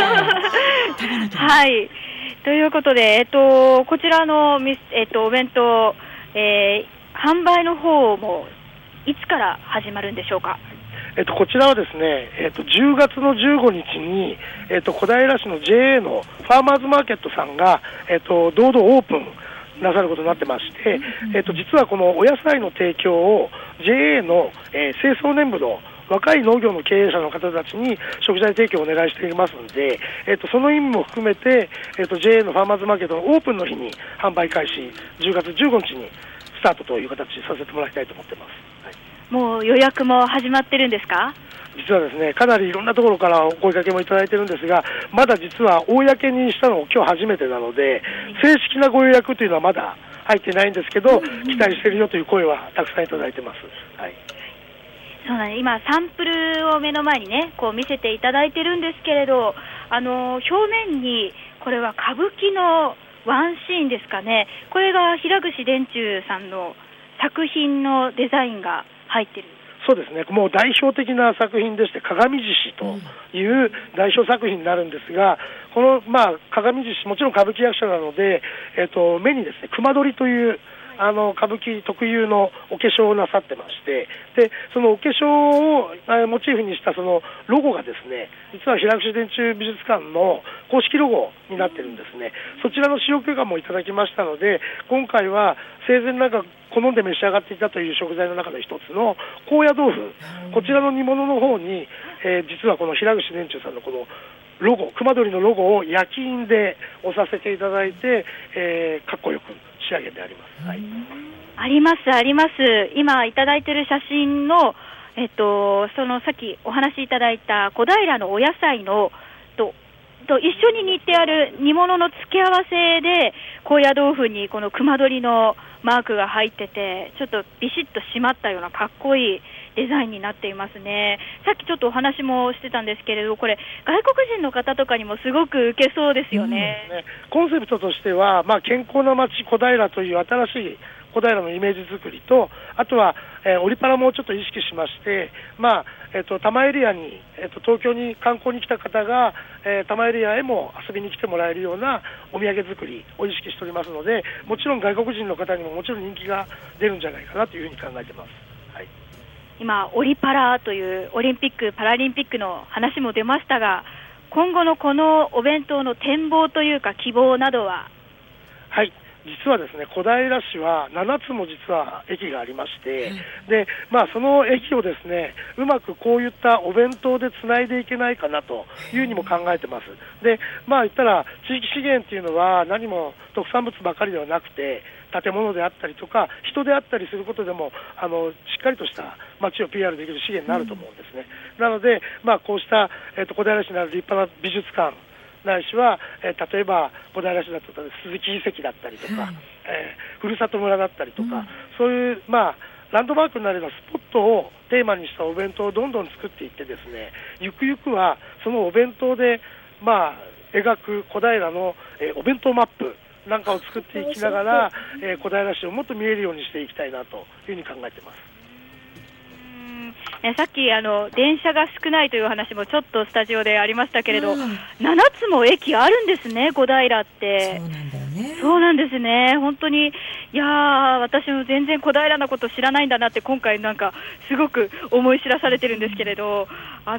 はい、ということで、こちらの、お弁当、販売の方もいつから始まるんでしょうか？ こちらはですね、10月の15日に、小平市の JA のファーマーズマーケットさんが、堂々オープンなさることになってまして、実はこのお野菜の提供を JA の、清掃年部の若い農業の経営者の方たちに食材提供をお願いしていますので、その意味も含めて、JA のファーマーズマーケットのオープンの日に販売開始、10月15日にスタートという形にさせてもらいたいと思っています。はい、 もう予約も始まってるんですか？ 実はですね、かなりいろんなところからお声掛けもいただいてるんですが、まだ実は公にしたの今日初めてなので、正式なご予約というのはまだ入ってないんですけど、期待してるよという声はたくさんいただいてます。はい、 そうなんです。今サンプルを目の前にね、見せていただいてるんですけれど、表面にこれは歌舞伎のワンシーンですかね。これが平櫛田中さんの作品のデザインが入ってる。 そうですね、もう代表的な作品でして、鏡獅子という代表作品になるんですが、この、鏡獅子、もちろん歌舞伎役者なので、目にですね、熊取という歌舞伎特有のお化粧をなさってまして、でそのお化粧をモチーフにしたそのロゴがですね、実は平櫛田中美術館の公式ロゴになってるんですね。そちらの使用許可もいただきましたので、今回は生前なんか好んで召し上がっていたという食材の中の一つの高野豆腐、こちらの煮物の方に、実はこの平櫛田中さんのこのロゴ、熊取のロゴを焼き印で押させていただいて、かっこよく仕上げてあります。はい、 ありますあります。今いただいている写真の、そのさっきお話しいただいた小平のお野菜のと一緒に煮てある煮物の付け合わせで、高野豆腐にこの熊取のマークが入ってて、ちょっとビシッと締まったようなかっこいいデザインになっていますね。さっきちょっとお話もしてたんですけれど、これ外国人の方とかにもすごく受けそうですよね。 コンセプトとしては、健康な街小平という新しい小平のイメージ作りと、あとは、オリパラもちょっと意識しまして、多摩エリアに、東京に観光に来た方が、多摩エリアへも遊びに来てもらえるようなお土産作りを意識しておりますので、もちろん外国人の方にももちろん人気が出るんじゃないかなというふうに考えています。はい、 今オリパラというオリンピック・パラリンピックの話も出ましたが、 今後のこのお弁当の展望というか希望などは。 はい、実はですね、小平市は7つも実は駅がありまして、でその駅をですね、うまくこういったお弁当でつないでいけないかなというふうにも考えてます。で言ったら地域資源っていうのは何も特産物ばかりではなくて、建物であったりとか人であったりすることでもしっかりとした街を PR できる資源になると思うんですね。なので、こうした、小平市にある立派な美術館ないしは、例えば小平市だと鈴木遺跡だったりとか、ふるさと村だったりとか、そういうランドマークになるようなスポットをテーマにしたお弁当をどんどん作っていってですね、ゆくゆくはそのお弁当で描く小平の、お弁当マップなんかを作っていきながら、小平市をもっと見えるようにしていきたいなというふうに考えています。 さっき電車が少ないという話もちょっとスタジオでありましたけれど、7つも駅あるんですね、小平って。 そうなんだよね。 そうなんですね。本当に、いやー、私も全然小平のこと知らないんだなって今回なんかすごく思い知らされてるんですけれど、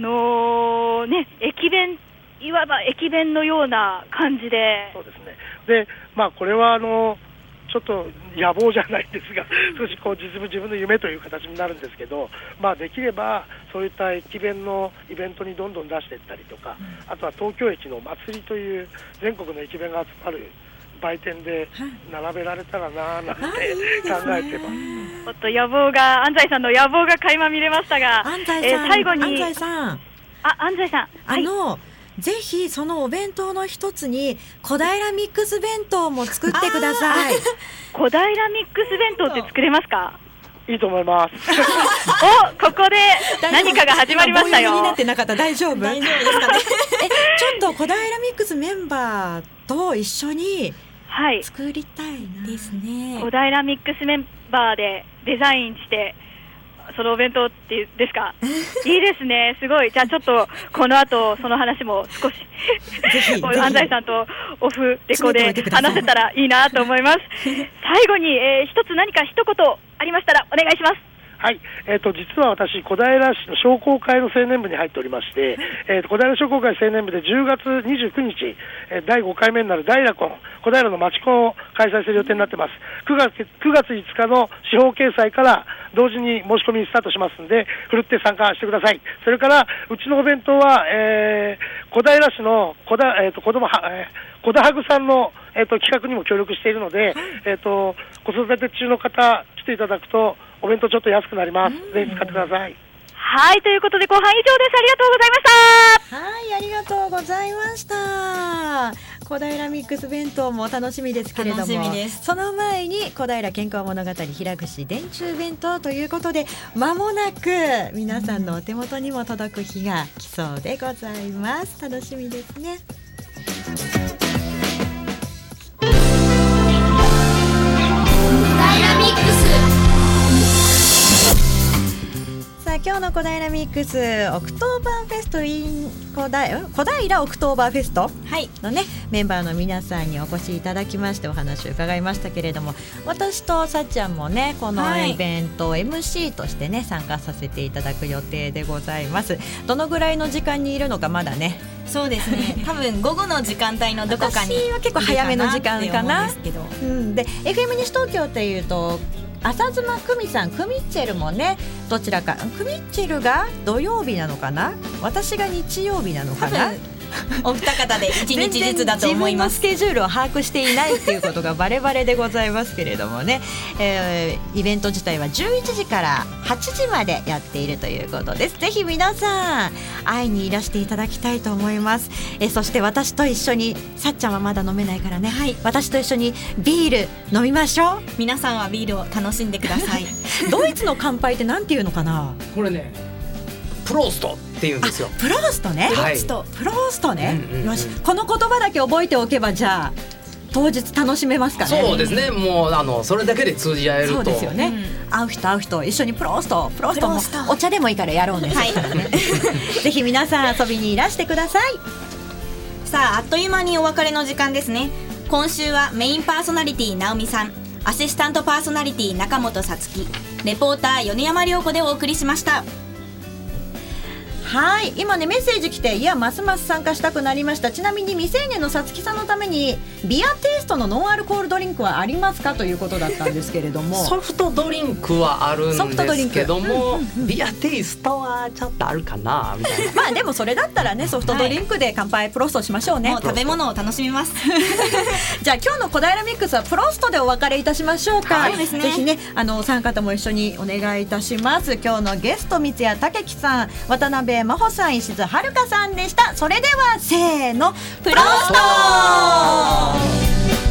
駅弁、いわば駅弁のような感じで。 そうですね。でこれはちょっと野望じゃないですが、少し自分の夢という形になるんですけど、できればそういった駅弁のイベントにどんどん出していったりとか、あとは東京駅の祭りという全国の駅弁が集まる売店で並べられたらなぁなんて考えてます。 ちょっと野望が、安西さんの野望が垣間見れましたが、 安西さん、 最後に安西さん、 安西さん、 ぜひそのお弁当の一つに小平ミックス弁当も作ってください。 小平ミックス弁当って作れますか？ いいと思います。 ここで何かが始まりましたよ。 棒読みになってなかった？大丈夫？ 大丈夫ですかね。 ちょっと小平ミックスメンバーと一緒に作りたいな。 ですね。 小平ミックスメンバーでデザインしてそのお弁当っていうですか？いいですね、すごい。じゃあちょっとこの後その話も少し安西さんとオフレコで話せたらいいなと思います。最後に、一つ何か一言ありましたらお願いします。 はい、実は私小平市の商工会の青年部に入っておりまして、小平商工会青年部で10月29日、第5回目になるダイラコン、小平の町コンを開催する予定になっています。9月5日の司法掲載から同時に申し込みスタートしますので、ふるって参加してください。それからうちのお弁当は、小平市の小田ハグさんの、企画にも協力しているので、子育て中の方来ていただくとお弁当ちょっと安くなります。ぜひ使ってください。 はい、ということで後半以上です。ありがとうございました。 はい、ありがとうございました。小平ミックス弁当も楽しみですけれども、 楽しみです。 その前に小平健康物語平串電柱弁当ということで、間もなく皆さんのお手元にも届く日が来そうでございます。楽しみですね。今日の小平ミックスオクトーバーフェスト in 小平オクトーバーフェストのね、メンバーの皆さんにお越しいただきましてお話を伺いましたけれども、私とさっちゃんもねこのイベント MC としてね参加させていただく予定でございます。どのぐらいの時間にいるのかまだね。 そうですね、多分午後の時間帯のどこかに私は結構早めの時間かな。 で FM 西東京っていうと浅妻久美さん、クミッチェルもね、どちらかクミッチェルが土曜日なのかな、私が日曜日なのかな。 お二方で1日ずつだと思います。 自分のスケジュールを把握していないっていうことがバレバレでございますけれどもね、イベント自体は11時から8時までやっているということです。ぜひ皆さん会いにいらしていただきたいと思います。そして私と一緒に、さっちゃんはまだ飲めないからね、私と一緒にビール飲みましょう。 皆さんはビールを楽しんでください。 ドイツの乾杯ってなんていうのかな。 これね、プローストって言うんですよ。 プローストね、 はい、 プローストね、よし、この言葉だけ覚えておけば、じゃあ当日楽しめますかね。 そうですね、もうそれだけで通じ合えると。 そうですよね、会う人一緒にプローストもお茶でもいいからやろうね、ぜひ皆さん遊びにいらしてください。 さあ、あっという間にお別れの時間ですね。今週はメインパーソナリティ直美さん、アシスタントパーソナリティ中本さつき、レポーター米山涼子でお送りしました。 はい、今ねメッセージ来て、いやますます参加したくなりました。ちなみに未成年のさつきさんのためにビアテイストのノンアルコールドリンクはありますかということだったんですけれどもソフトドリンクはあるんですけども、ビアテイストはちょっとあるかなみたいなまあでもそれだったらねソフトドリンクで乾杯プロストしましょうね。 もう食べ物を楽しみますじゃあ今日の小平ミックスはプロストでお別れいたしましょうか。 はい、そうですね。 ぜひねお三方も一緒にお願いいたします。今日のゲスト三谷武樹さん、渡辺真帆さん、石津遥さんでした。それではせーの、プロスト。